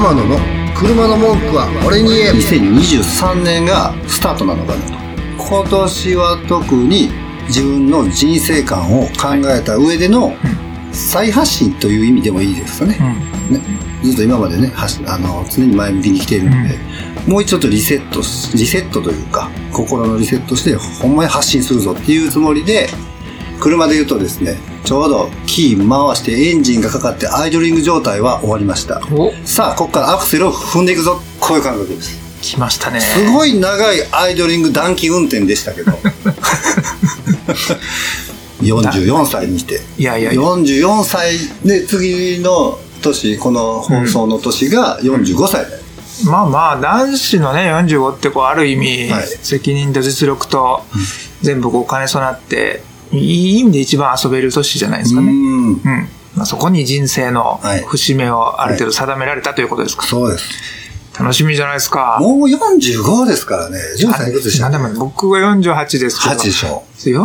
天野の車の文句は俺に言え。 2023年がスタートなのかなと。今年は特に自分の人生観を考えた上での再発信という意味でもいいですよね。ずっと今までね、常に前向きに来ているので、もう一度リセットというか、心のリセットしてほんまに発信するぞっていうつもりで、車で言うとですね、ちょうどキー回してエンジンがかかってアイドリング状態は終わりました。さあ、ここからアクセルを踏んでいくぞ。こういう感覚です。 来ましたね。 すごい長いアイドリング暖気運転でしたけど。44歳にして。44歳で次の年、この放送の年が45歳だよ。 まあまあ、男子のね、45ってこう、ある意味、責任と実力と全部こう兼ね備って、いい意味で一番遊べる年じゃないですかね。まあ、そこに人生の節目をある程度定められたということですか。 そうです。 楽しみじゃないですか。 もう45ですからね。13歳いくつでしたっけ？ 僕は48ですけど。 8でしょ。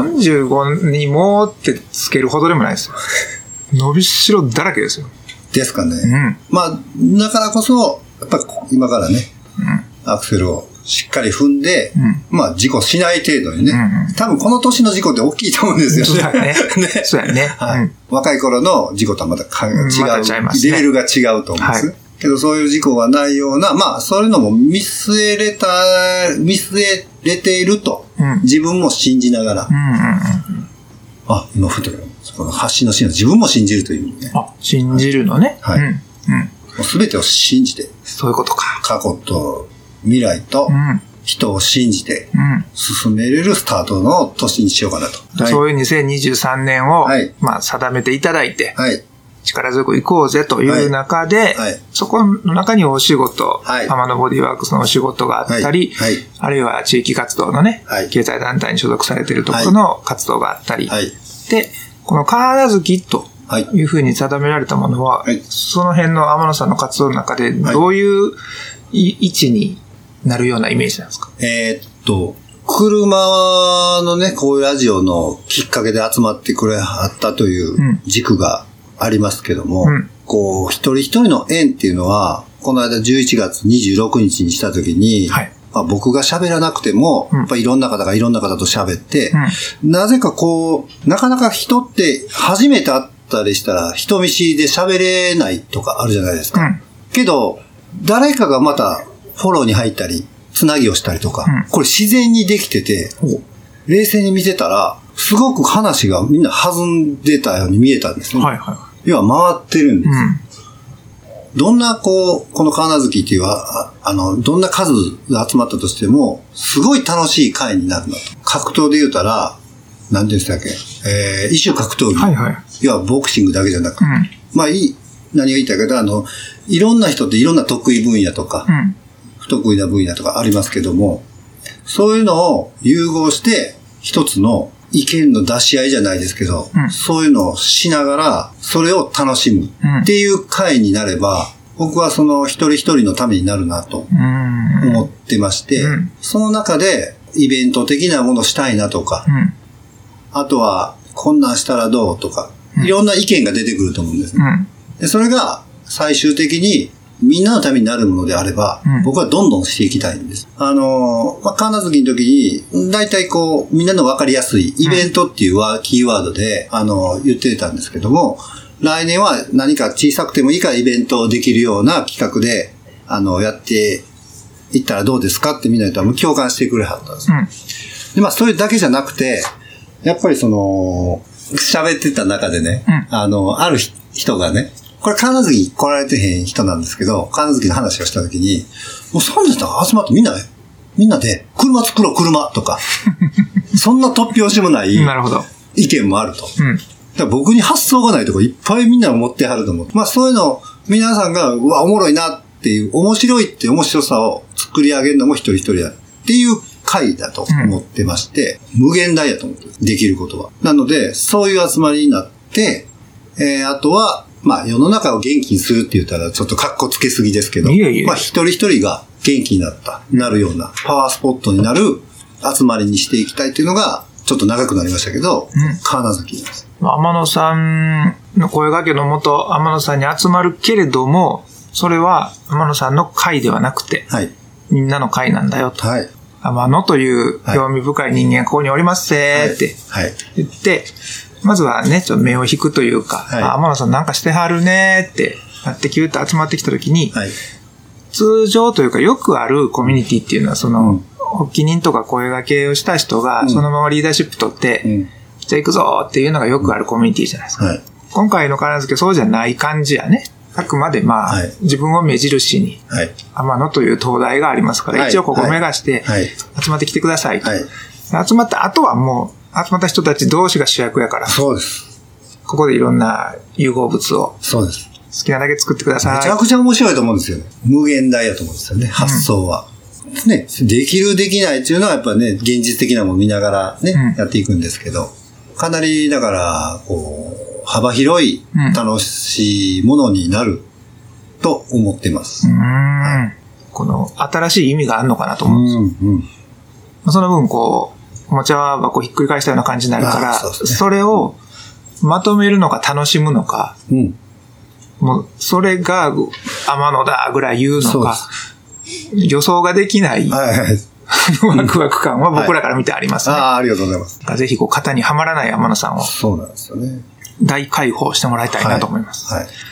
45にもうってつけるほどでもないですよ。伸びしろだらけですよ。 ですかね。まあ、だからこそ、やっぱ今からね、アクセルをしっかり踏んで、まあ事故しない程度にね、多分この年の事故って大きいと思うんですよね。 そうだね。そうやね。 若い頃の事故とはまた違う、レベルが違うと思うんです。けどそういう事故がないような、まあそういうのも見据えれていると、自分も信じながら、今ふとこの発信のシーンを自分も信じるというね。 信じるのね。 すべてを信じて、 そういうことか。 過去と未来と人を信じて進めれるスタートの年にしようかなと。 そういう2023年を、まあ、定めていただいて、力強く行こうぜという中で、そこの中にお仕事、天野ボディワークスのお仕事があったり、あるいは地域活動のね、経済団体に所属されているところの活動があったり、で、この川名月というふうに定められたものは、その辺の天野さんの活動の中でどういう位置になるようなイメージなんですか？ 車のね、こういうラジオのきっかけで集まってくれはったという軸がありますけども、こう、一人一人の縁っていうのは、この間11月26日にしたときに、まあ、僕が喋らなくても、やっぱいろんな方がいろんな方と喋って、なぜかこう、なかなか人って初めて会ったりしたら人見知りで喋れないとかあるじゃないですか。けど、誰かがまたフォローに入ったり、つなぎをしたりとか、これ自然にできてて、冷静に見てたら、すごく話がみんな弾んでたように見えたんですね。要は回ってるんです。どんなこの川名月っていうどんな数が集まったとしても、すごい楽しい会になるなと。格闘で言うたら、何でしたっけ、異種格闘技。要はボクシングだけじゃなくて、まあ何が言いたいかというと、いろんな人っていろんな得意分野とか、不得意な分野とかありますけども、そういうのを融合して、一つの意見の出し合いじゃないですけど、そういうのをしながら、それを楽しむっていう会になれば、僕はその一人一人のためになるなと思ってまして、その中でイベント的なものをしたいなとか、あとはこんなんしたらどうとか、いろんな意見が出てくると思うんですね。でそれが最終的にみんなのためになるものであれば、僕はどんどんしていきたいんです。川名月の時に、だいたいこう、みんなの分かりやすいイベントっていうキーワードで、言ってたんですけども、来年は何か小さくてもいいからイベントをできるような企画で、やっていったらどうですかってみんなと共感してくれはったんです。で、まあ、それだけじゃなくて、やっぱり喋ってた中でね、ある人がね、これ、川名月来られてへん人なんですけど、川名月の話をしたときに、もうそんな人が集まってみんなで、車作ろう、車とか、そんな突拍子もない意見もあると。だから僕に発想がないとこいっぱいみんな持ってはると思う。まあそういうのを皆さんが、うわ、おもろいなっていう、面白いって面白さを作り上げるのも一人一人だっていう会だと思ってまして、無限大だと思ってできることは。なので、そういう集まりになって、あとは、まあ世の中を元気にするって言ったらちょっとカッコつけすぎですけど、まあ一人一人が元気になるようなパワースポットになる集まりにしていきたいというのが、ちょっと長くなりましたけど、川名月です。 天野さんの声掛けのもと、天野さんに集まるけれども、 それは天野さんの会ではなくて、みんなの会なんだよと。天野という興味深い人間がここにおりますぜって言って、まずはね、ちょっと目を引くというか、天野さんなんかしてはるねってなってキューッと集まってきたときに、通常というかよくあるコミュニティっていうのは、その、発起人とか声掛けをした人がそのままリーダーシップ取って、じゃあ行くぞっていうのがよくあるコミュニティじゃないですか。今回の金付そうじゃない感じやね。あくまで自分を目印に、天野という灯台がありますから、一応ここを目指して集まってきてください。集まった後はもう、集まった人たち同士が主役やから。 そうです。 ここでいろんな融合物を。 そうです。 好きなだけ作ってください。 めちゃくちゃ面白いと思うんですよね。無限大やと思うんですよね、発想は。ね、できるできないっていうのはやっぱね、現実的なものを見ながらね、やっていくんですけど、かなりだから、こう、幅広い楽しいものになると思っています。 この新しい意味があるのかなと思うんですよ。その分こう、おもちゃ箱ひっくり返したような感じになるから、それをまとめるのか楽しむのか、もうそれが天野だぐらい言うのか、予想ができないワクワク感は僕らから見てありますね。 ありがとうございます。 ぜひこう型にはまらない天野さんをそうなんですよね。 大解放してもらいたいなと思います。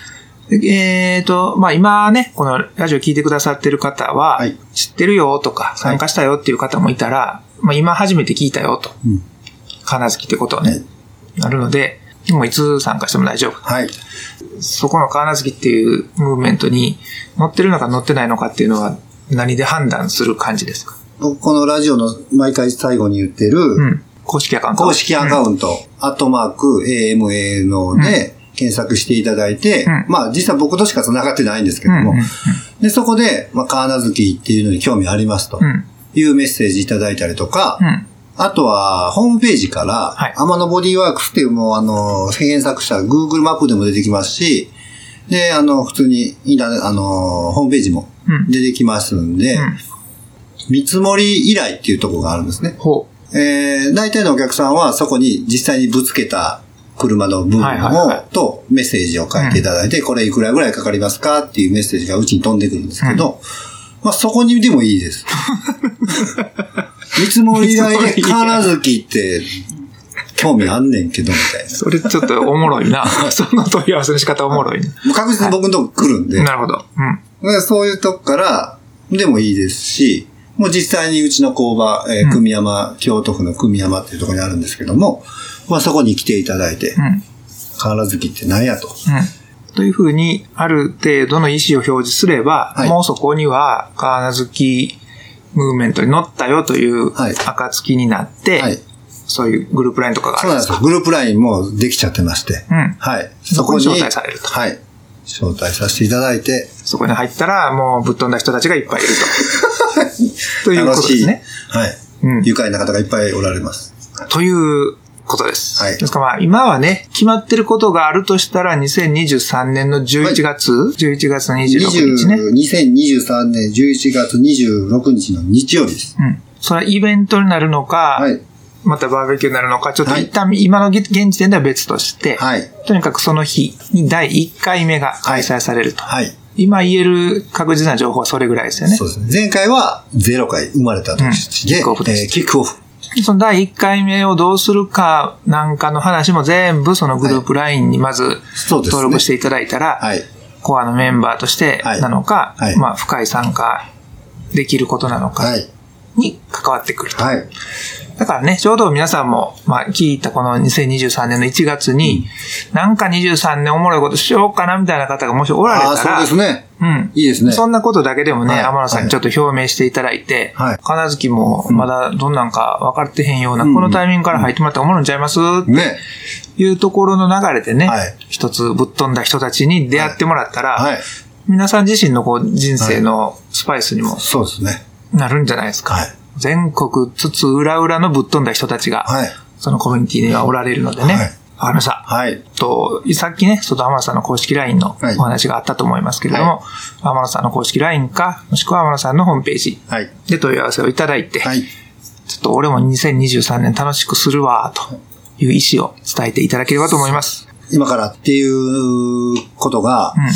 まあ今ね、このラジオ聞いてくださってる方は、知ってるよとか参加したよっていう方もいたら、まあ今初めて聞いたよと、金月ってことはね、なるので、もういつ参加しても大丈夫。そこの金月っていうムーブメントに乗ってるのか乗ってないのかっていうのは何で判断する感じですか？ このラジオの毎回最後に言ってる、 公式アカウント。 公式アカウント、@AMA ので、検索していただいて、まあ実際僕としか繋がってないんですけども、で、そこで、まあ、カーナズキっていうのに興味ありますというメッセージいただいたりとか、あとは、ホームページから、天野ボディワークスっていうもう、検索した Google マップでも出てきますし、で、普通にホームページも出てきますんで、見積もり依頼っていうところがあるんですね。大体のお客さんはそこに実際にぶつけた車の部分とメッセージを書いていただいて、これいくらぐらいかかりますかっていうメッセージがうちに飛んでくるんですけど、まあそこにでもいいです。見積もり依頼でカーナズキって興味あんねんけどみたいな。 それちょっとおもろいな。その問い合わせの仕方おもろいな。 確実に僕のとこ来るんで。 なるほど。 そういうとこからでもいいですし、もう実際にうちの工場、久美山、京都府の久美山っていうところにあるんですけども、まあそこに来ていただいて、カーナズキって何やと。 というふうに、ある程度の意思を表示すれば、もうそこにはカーナズキムーブメントに乗ったよという暁になって、そういうグループラインとかがあるんですか？ そうなんですよ。グループラインもできちゃってまして、 そこに招待されると。 招待させていただいて、 そこに入ったらもうぶっ飛んだ人たちがいっぱいいると。ということですね。 愉快な方がいっぱいおられます。 ということです。ですからまあ今はね、決まってることがあるとしたら2023年の11月、11月の26日ね。 2023年11月26日の日曜日です。 それはイベントになるのか、またバーベキューになるのか、ちょっと一旦今の現時点では別として、とにかくその日に第1回目が開催されると。今言える確実な情報はそれぐらいですよね。 そうですね。前回は0回生まれた時で、キックオフ。 その第1回目をどうするかなんかの話も全部そのグループ LINE にまず登録していただいたら、コアのメンバーとしてなのか、まあ深い参加できることなのかに関わってくると。だからね、ちょうど皆さんも、まあ、聞いたこの2023年の1月に、なんか23年おもろいことしようかなみたいな方がもしおられたら、 そうですね。いいですね。 そんなことだけでもね、天野さんにちょっと表明していただいて、金月もまだどんなんか分かってへんような、このタイミングから入ってもらったらおもろいんちゃいますっていうところの流れでね、一つぶっ飛んだ人たちに出会ってもらったら、皆さん自身のこう人生のスパイスにもなるんじゃないですか。全国津々浦々のぶっ飛んだ人たちが、そのコミュニティにはおられるのでね。わかりました。さっきね、天野さんの公式 LINE のお話があったと思いますけれども、天野さんの公式 LINE か、もしくは天野さんのホームページで問い合わせをいただいて、ちょっと俺も2023年楽しくするわ、という意思を伝えていただければと思います。 今からっていうことが、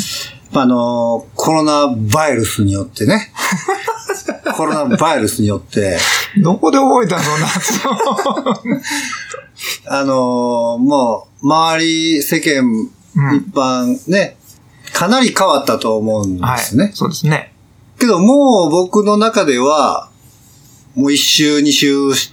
コロナバイルスによってね。コロナバイルスによって。 どこで覚えたの夏もう、周り、世間、一般ね、かなり変わったと思うんですね。 そうですね。 けどもう僕の中では、もう1週2週して、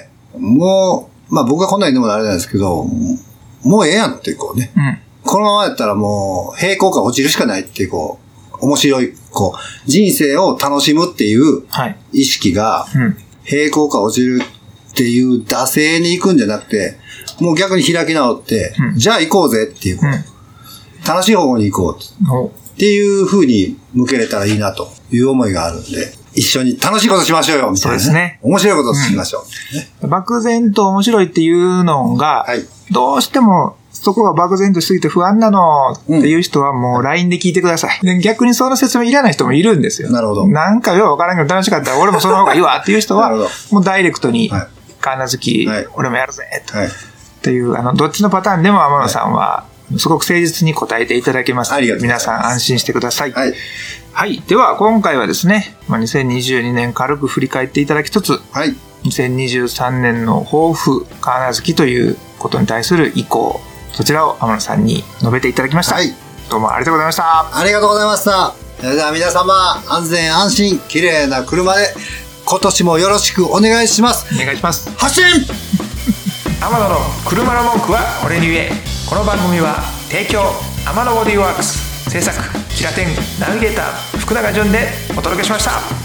もう、僕がこんなにでもあれなんですけど、もうええやんってこうね。このままやったらもう平行感落ちるしかないってこう、面白い、こう、人生を楽しむっていう意識が、平行感落ちるっていう惰性に行くんじゃなくて、もう逆に開き直って、じゃあ行こうぜっていう、楽しい方向に行こうっていう風に向けれたらいいなという思いがあるんで、一緒に楽しいことしましょうよみたいな、ね。そうですね。面白いことしましょう。漠然と面白いっていうのが、どうしてもそこが漠然としすぎて不安なのっていう人はもう LINE で聞いてください。で逆にその説明いらない人もいるんですよ。 なるほど。 なんかよくわからんけど楽しかったら俺もその方がいいわっていう人は、もうダイレクトに、カーナ好き、俺もやるぜっていう、どっちのパターンでも天野さんは、すごく誠実に答えていただけますので、皆さん安心してください。はい。では、今回はですね、2022年軽く振り返っていただきつつ、2023年の抱負、カーナ好きということに対する意向、そちらを天野さんに述べていただきました。どうもありがとうございました。 ありがとうございました。それでは皆様、安全安心、綺麗な車で、今年もよろしくお願いします。 お願いします。 発進天野の車の文句は俺に言え。この番組は提供天野ボディーワークス、制作キラテンナビゲーター福永潤でお届けしました。